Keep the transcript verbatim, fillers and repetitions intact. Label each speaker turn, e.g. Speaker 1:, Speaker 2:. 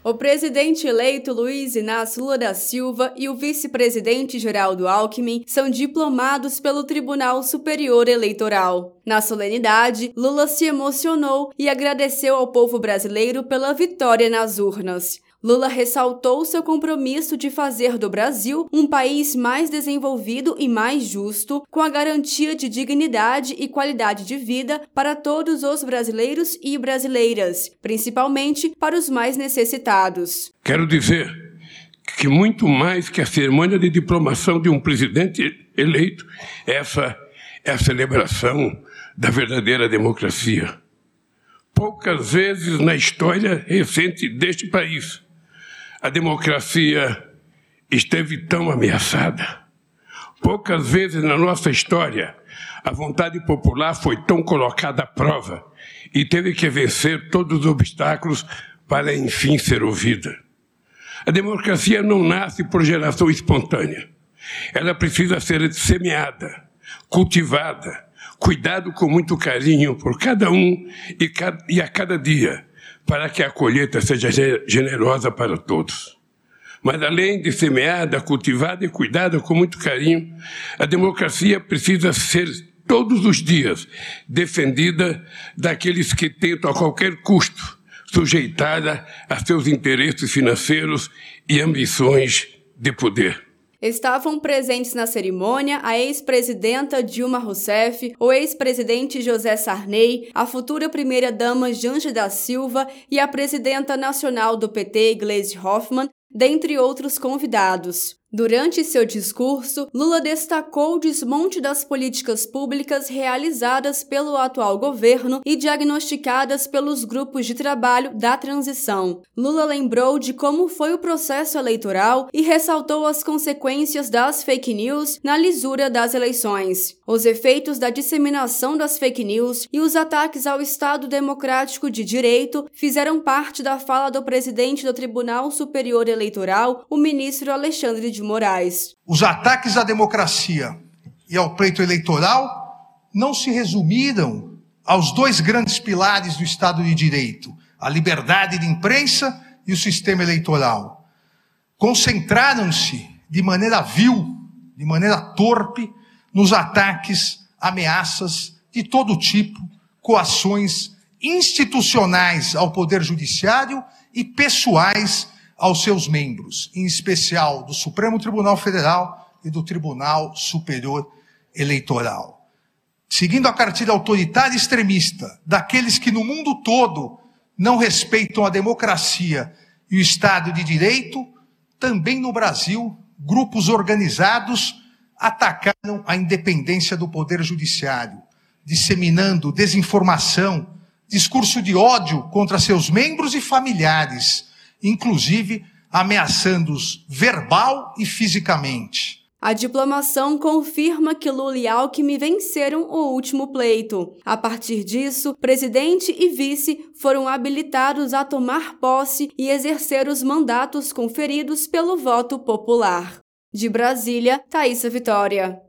Speaker 1: O presidente eleito Luiz Inácio Lula da Silva e o vice-presidente Geraldo Alckmin são diplomados pelo Tribunal Superior Eleitoral. Na solenidade, Lula se emocionou e agradeceu ao povo brasileiro pela vitória nas urnas. Lula ressaltou seu compromisso de fazer do Brasil um país mais desenvolvido e mais justo, com a garantia de dignidade e qualidade de vida para todos os brasileiros e brasileiras, principalmente para os mais necessitados.
Speaker 2: Quero dizer que muito mais que a cerimônia de diplomação de um presidente eleito, essa é a celebração da verdadeira democracia. Poucas vezes na história recente deste país a democracia esteve tão ameaçada. Poucas vezes na nossa história a vontade popular foi tão colocada à prova e teve que vencer todos os obstáculos para, enfim, ser ouvida. A democracia não nasce por geração espontânea. Ela precisa ser semeada, cultivada, cuidado com muito carinho por cada um e a cada dia, para que a colheita seja generosa para todos. Mas além de semeada, cultivada e cuidada com muito carinho, a democracia precisa ser todos os dias defendida daqueles que tentam a qualquer custo sujeitada a seus interesses financeiros e ambições de poder.
Speaker 1: Estavam presentes na cerimônia a ex-presidenta Dilma Rousseff, o ex-presidente José Sarney, a futura primeira-dama Janja da Silva e a presidenta nacional do P T, Gleisi Hoffmann, dentre outros convidados. Durante seu discurso, Lula destacou o desmonte das políticas públicas realizadas pelo atual governo e diagnosticadas pelos grupos de trabalho da transição. Lula lembrou de como foi o processo eleitoral e ressaltou as consequências das fake news na lisura das eleições. Os efeitos da disseminação das fake news e os ataques ao Estado Democrático de Direito fizeram parte da fala do presidente do Tribunal Superior Eleitoral, o ministro Alexandre de Moraes.
Speaker 3: Os ataques à democracia e ao pleito eleitoral não se resumiram aos dois grandes pilares do Estado de Direito, a liberdade de imprensa e o sistema eleitoral. Concentraram-se de maneira vil, de maneira torpe, nos ataques, ameaças de todo tipo, coações institucionais ao Poder Judiciário e pessoais aos seus membros, em especial do Supremo Tribunal Federal e do Tribunal Superior Eleitoral. Seguindo a cartilha autoritária e extremista daqueles que no mundo todo não respeitam a democracia e o Estado de Direito, também no Brasil, grupos organizados atacaram a independência do Poder Judiciário, disseminando desinformação, discurso de ódio contra seus membros e familiares, inclusive ameaçando-os verbal e fisicamente.
Speaker 1: A diplomação confirma que Lula e Alckmin venceram o último pleito. A partir disso, presidente e vice foram habilitados a tomar posse e exercer os mandatos conferidos pelo voto popular. De Brasília, Thaísa Vitória.